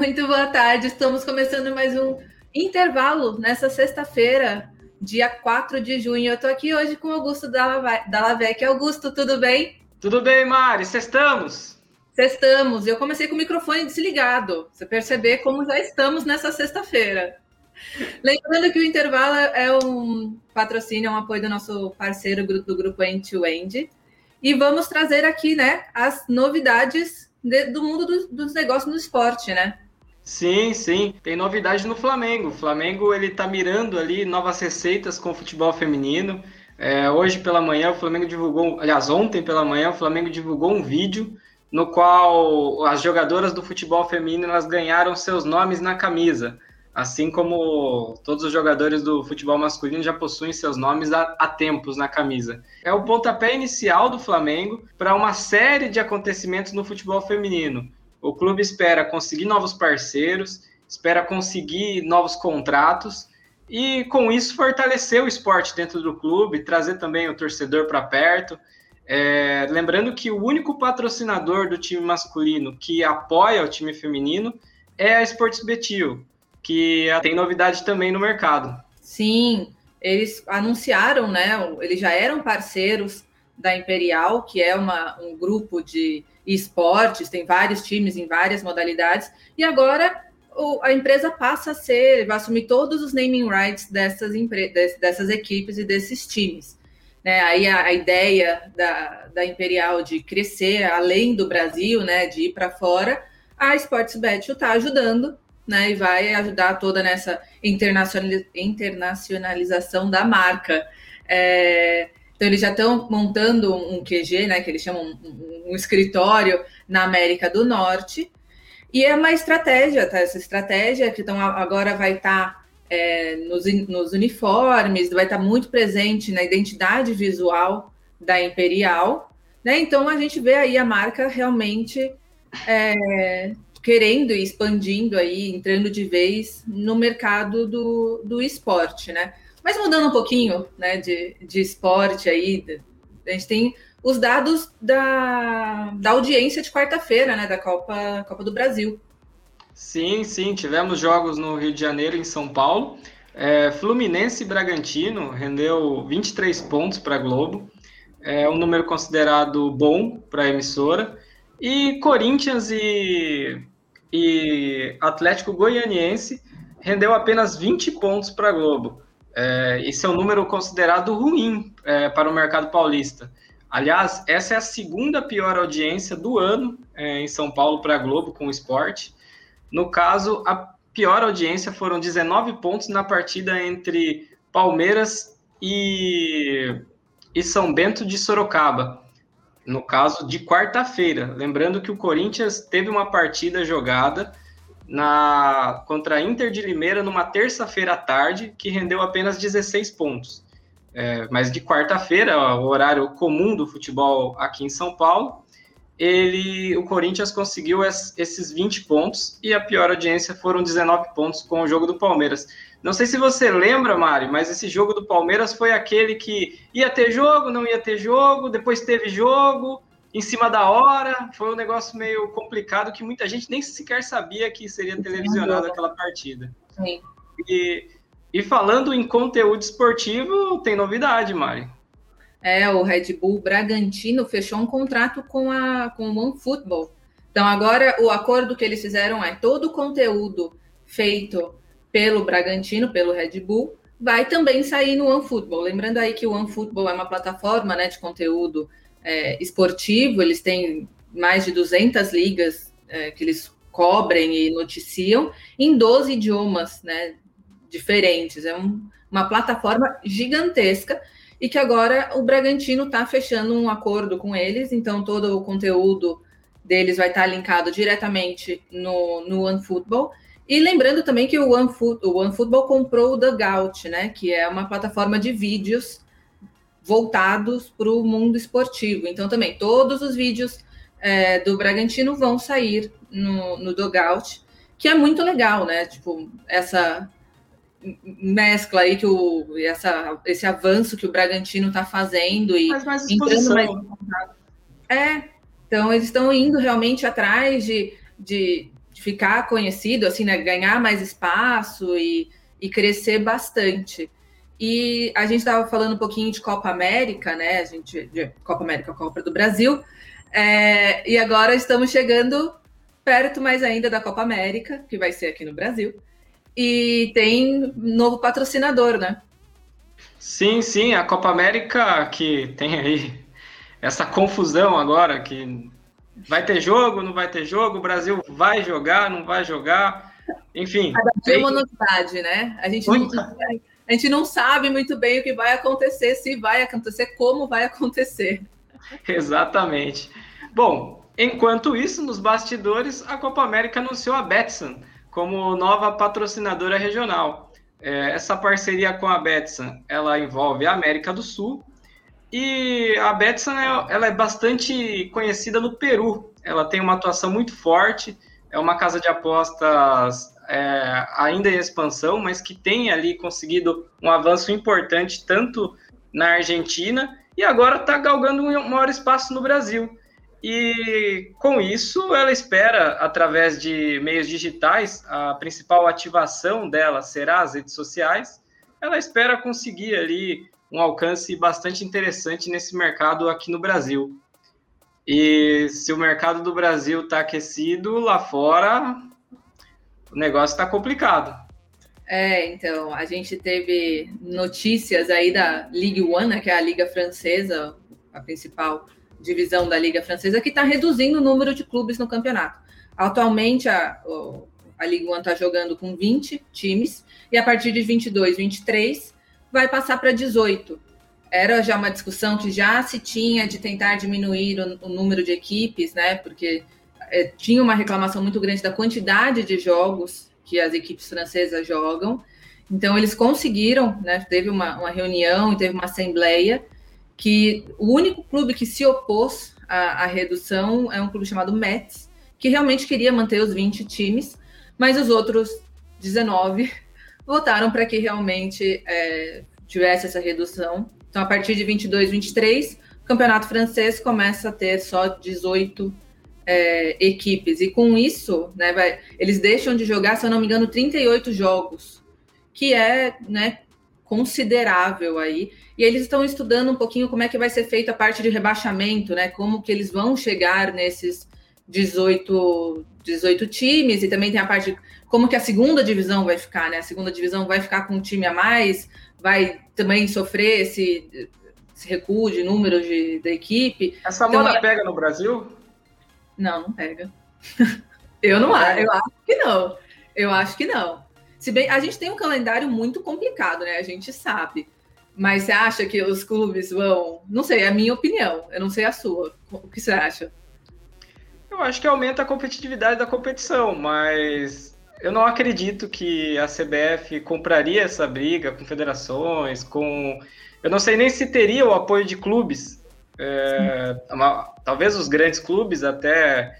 Muito boa tarde, estamos começando mais um intervalo nessa sexta-feira, dia 4 de junho. Eu estou aqui hoje com o Augusto Dallavec. Augusto, tudo bem? Tudo bem, Mari, sextamos? Sextamos. Eu comecei com o microfone desligado, você perceber como já estamos nessa sexta-feira. Lembrando que o intervalo é um patrocínio, é um apoio do nosso parceiro do grupo End-to-End. E vamos trazer aqui, né, as novidades do mundo dos negócios no esporte, né? Sim. Tem novidade no Flamengo. O Flamengo ele tá mirando ali novas receitas com o futebol feminino. Hoje pela manhã o Flamengo divulgou, aliás, ontem pela manhã o Flamengo divulgou um vídeo no qual as jogadoras do futebol feminino elas ganharam seus nomes na camisa. Assim como todos os jogadores do futebol masculino já possuem seus nomes há tempos na camisa. É o pontapé inicial do Flamengo para uma série de acontecimentos no futebol feminino. O clube espera conseguir novos parceiros, espera conseguir novos contratos e, com isso, fortalecer o esporte dentro do clube, trazer também o torcedor para perto. Lembrando que o único patrocinador do time masculino que apoia o time feminino é a Esportes Betil, que tem novidade também no mercado. Sim, eles anunciaram, né? Eles já eram parceiros da Imperial, que é um grupo de esportes, tem vários times em várias modalidades, e agora a empresa passa a vai assumir todos os naming rights dessas equipes e desses times. Né? Aí a ideia da Imperial de crescer além do Brasil, né? De ir para fora, a Sportsbet está ajudando, né, e vai ajudar toda nessa internacionalização da marca. Então, eles já estão montando um QG, né, que eles chamam um escritório na América do Norte, e é uma estratégia, tá? Essa estratégia que agora vai estar nos uniformes, vai estar muito presente na identidade visual da Imperial, né? Então, a gente vê aí a marca realmente querendo e expandindo aí, entrando de vez no mercado do esporte, né? Mas mudando um pouquinho, né, de esporte aí, a gente tem os dados da audiência de quarta-feira, né, da Copa do Brasil. Sim, tivemos jogos no Rio de Janeiro e em São Paulo. Fluminense e Bragantino rendeu 23 pontos para a Globo, um número considerado bom para a emissora. E Corinthians e Atlético Goianiense rendeu apenas 20 pontos para a Globo. Esse é um número considerado ruim para o mercado paulista. Aliás, essa é a segunda pior audiência do ano em São Paulo para a Globo com o esporte. No caso, a pior audiência foram 19 pontos na partida entre Palmeiras e São Bento de Sorocaba, no caso de quarta-feira. Lembrando que o Corinthians teve uma partida jogada contra a Inter de Limeira numa terça-feira à tarde, que rendeu apenas 16 pontos. Mas de quarta-feira, o horário comum do futebol aqui em São Paulo, o Corinthians conseguiu esses 20 pontos e a pior audiência foram 19 pontos com o jogo do Palmeiras. Não sei se você lembra, Mário, mas esse jogo do Palmeiras foi aquele que ia ter jogo, não ia ter jogo, depois teve jogo, em cima da hora. Foi um negócio meio complicado que muita gente nem sequer sabia que seria televisionado aquela partida. Sim. E falando em conteúdo esportivo, tem novidade, Mário. O Red Bull Bragantino fechou um contrato com o OneFootball. Então, agora, o acordo que eles fizeram todo o conteúdo feito pelo Bragantino, pelo Red Bull, vai também sair no OneFootball. Lembrando aí que o OneFootball é uma plataforma, né, de conteúdo esportivo, eles têm mais de 200 ligas que eles cobrem e noticiam em 12 idiomas, né, diferentes. É uma plataforma gigantesca e que agora o Bragantino está fechando um acordo com eles, então todo o conteúdo deles vai estar linkado diretamente no OneFootball. E lembrando também que o OneFootball comprou o Dugout, né, que é uma plataforma de vídeos voltados para o mundo esportivo. Então também todos os vídeos do Bragantino vão sair no Dugout, que é muito legal, né? Tipo, essa mescla aí esse avanço que o Bragantino está fazendo e mais exposição. Então eles estão indo realmente atrás de ficar conhecido, assim, né, ganhar mais espaço e crescer bastante. E a gente estava falando um pouquinho de Copa América, né? Copa América, Copa do Brasil. E agora estamos chegando perto mais ainda da Copa América, que vai ser aqui no Brasil. E tem novo patrocinador, né? Sim, a Copa América que tem aí essa confusão agora, que vai ter jogo, não vai ter jogo, o Brasil vai jogar, não vai jogar, enfim. Cada dia é uma novidade, né? A gente não sabe muito bem o que vai acontecer, se vai acontecer, como vai acontecer. Exatamente. Bom, enquanto isso, nos bastidores, a Copa América anunciou a Betson como nova patrocinadora regional. Essa parceria com a Betson, ela envolve a América do Sul, e a Betson ela é bastante conhecida no Peru. Ela tem uma atuação muito forte, é uma casa de apostas ainda em expansão, mas que tem ali conseguido um avanço importante tanto na Argentina e agora está galgando um maior espaço no Brasil. E com isso ela espera, através de meios digitais, a principal ativação dela será as redes sociais, ela espera conseguir ali um alcance bastante interessante nesse mercado aqui no Brasil. E se o mercado do Brasil está aquecido, lá fora o negócio está complicado. Então, a gente teve notícias aí da Ligue 1, né, que é a Liga Francesa, a principal divisão da Liga Francesa, que está reduzindo o número de clubes no campeonato. Atualmente, a Ligue 1 está jogando com 20 times, e a partir de 22, 23, vai passar para 18. Era já uma discussão que já se tinha de tentar diminuir o número de equipes, né? Porque tinha uma reclamação muito grande da quantidade de jogos que as equipes francesas jogam. Então, eles conseguiram, né? Teve uma reunião e teve uma assembleia que o único clube que se opôs à redução é um clube chamado Metz, que realmente queria manter os 20 times, mas os outros 19 votaram para que realmente tivesse essa redução. Então, a partir de 22, 23, o campeonato francês começa a ter só 18 equipes. E com isso, né, eles deixam de jogar, se eu não me engano, 38 jogos, que é, né, considerável aí. E eles estão estudando um pouquinho como é que vai ser feita a parte de rebaixamento, né, como que eles vão chegar nesses 18 times, e também tem a parte de como que a segunda divisão vai ficar, né? A segunda divisão vai ficar com um time a mais, vai também sofrer esse recuo de número da equipe. Essa moda pega no Brasil? Não pega. Eu acho que não. Eu acho que não. Se bem, a gente tem um calendário muito complicado, né? A gente sabe. Mas você acha que os clubes vão... Não sei, é a minha opinião. Eu não sei a sua. O que você acha? Eu acho que aumenta a competitividade da competição, mas eu não acredito que a CBF compraria essa briga com federações, eu não sei nem se teria o apoio de clubes. Talvez os grandes clubes, até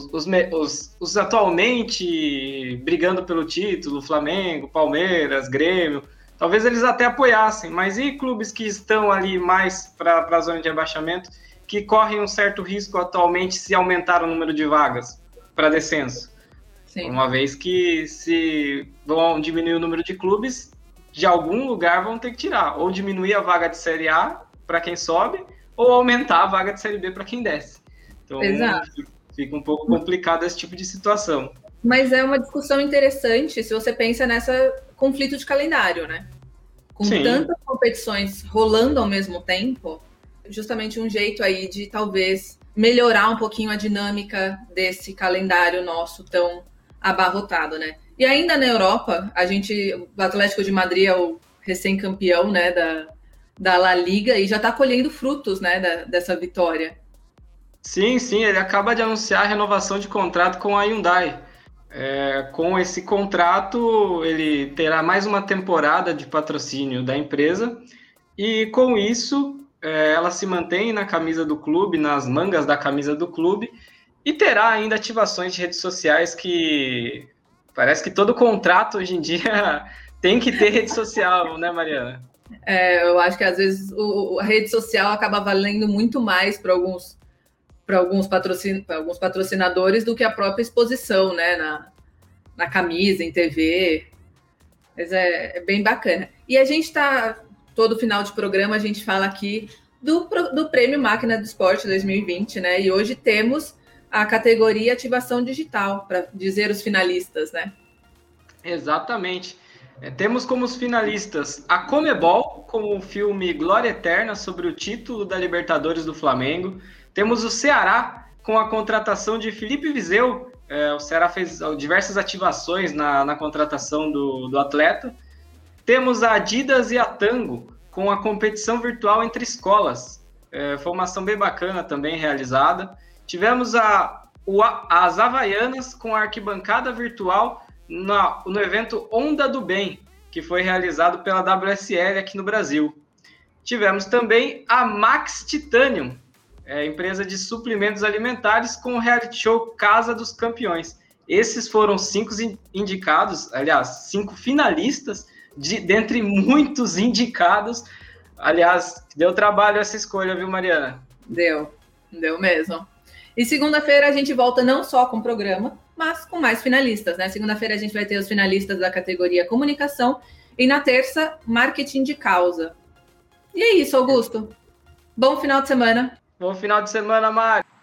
os atualmente brigando pelo título, Flamengo, Palmeiras, Grêmio, talvez eles até apoiassem, mas e clubes que estão ali mais para a zona de rebaixamento, que correm um certo risco atualmente se aumentar o número de vagas para descenso? Sim. Uma vez que se vão diminuir o número de clubes, de algum lugar vão ter que tirar, ou diminuir a vaga de Série A para quem sobe, ou aumentar a vaga de Série B para quem desce. Então, fica um pouco complicado esse tipo de situação. Mas é uma discussão interessante se você pensa nessa conflito de calendário, né? Com Sim. tantas competições rolando ao mesmo tempo, justamente um jeito aí de talvez melhorar um pouquinho a dinâmica desse calendário nosso tão abarrotado, né? E ainda na Europa, o Atlético de Madrid é o recém-campeão, né, da La Liga, e já está colhendo frutos, né, dessa vitória. Sim, ele acaba de anunciar a renovação de contrato com a Hyundai. Com esse contrato, ele terá mais uma temporada de patrocínio da empresa, e com isso, ela se mantém na camisa do clube, nas mangas da camisa do clube, e terá ainda ativações de redes sociais que parece que todo contrato hoje em dia tem que ter rede social, né, Mariana? Eu acho que às vezes a rede social acaba valendo muito mais para alguns para alguns patrocinadores do que a própria exposição, né, na camisa, em TV. Mas é bem bacana. E a gente está, todo final de programa, a gente fala aqui do Prêmio Máquina do Esporte 2020, né? E hoje temos a categoria Ativação Digital, para dizer os finalistas, né? Exatamente. Temos como os finalistas a Conmebol, com o filme Glória Eterna, sobre o título da Libertadores do Flamengo. Temos o Ceará, com a contratação de Felipe Viseu. O Ceará fez diversas ativações na contratação do atleta. Temos a Adidas e a Tango, com a competição virtual entre escolas. Foi uma ação bem bacana também realizada. Tivemos as Havaianas com a arquibancada virtual no evento Onda do Bem, que foi realizado pela WSL aqui no Brasil. Tivemos também a Max Titanium, empresa de suplementos alimentares, com o reality show Casa dos Campeões. Esses foram 5 indicados, aliás, 5 finalistas, dentre muitos indicados. Aliás, deu trabalho essa escolha, viu, Mariana? Deu mesmo. E segunda-feira a gente volta não só com o programa, mas com mais finalistas, né? Segunda-feira a gente vai ter os finalistas da categoria Comunicação e na terça, Marketing de Causa. E é isso, Augusto. Bom final de semana. Bom final de semana, Mari.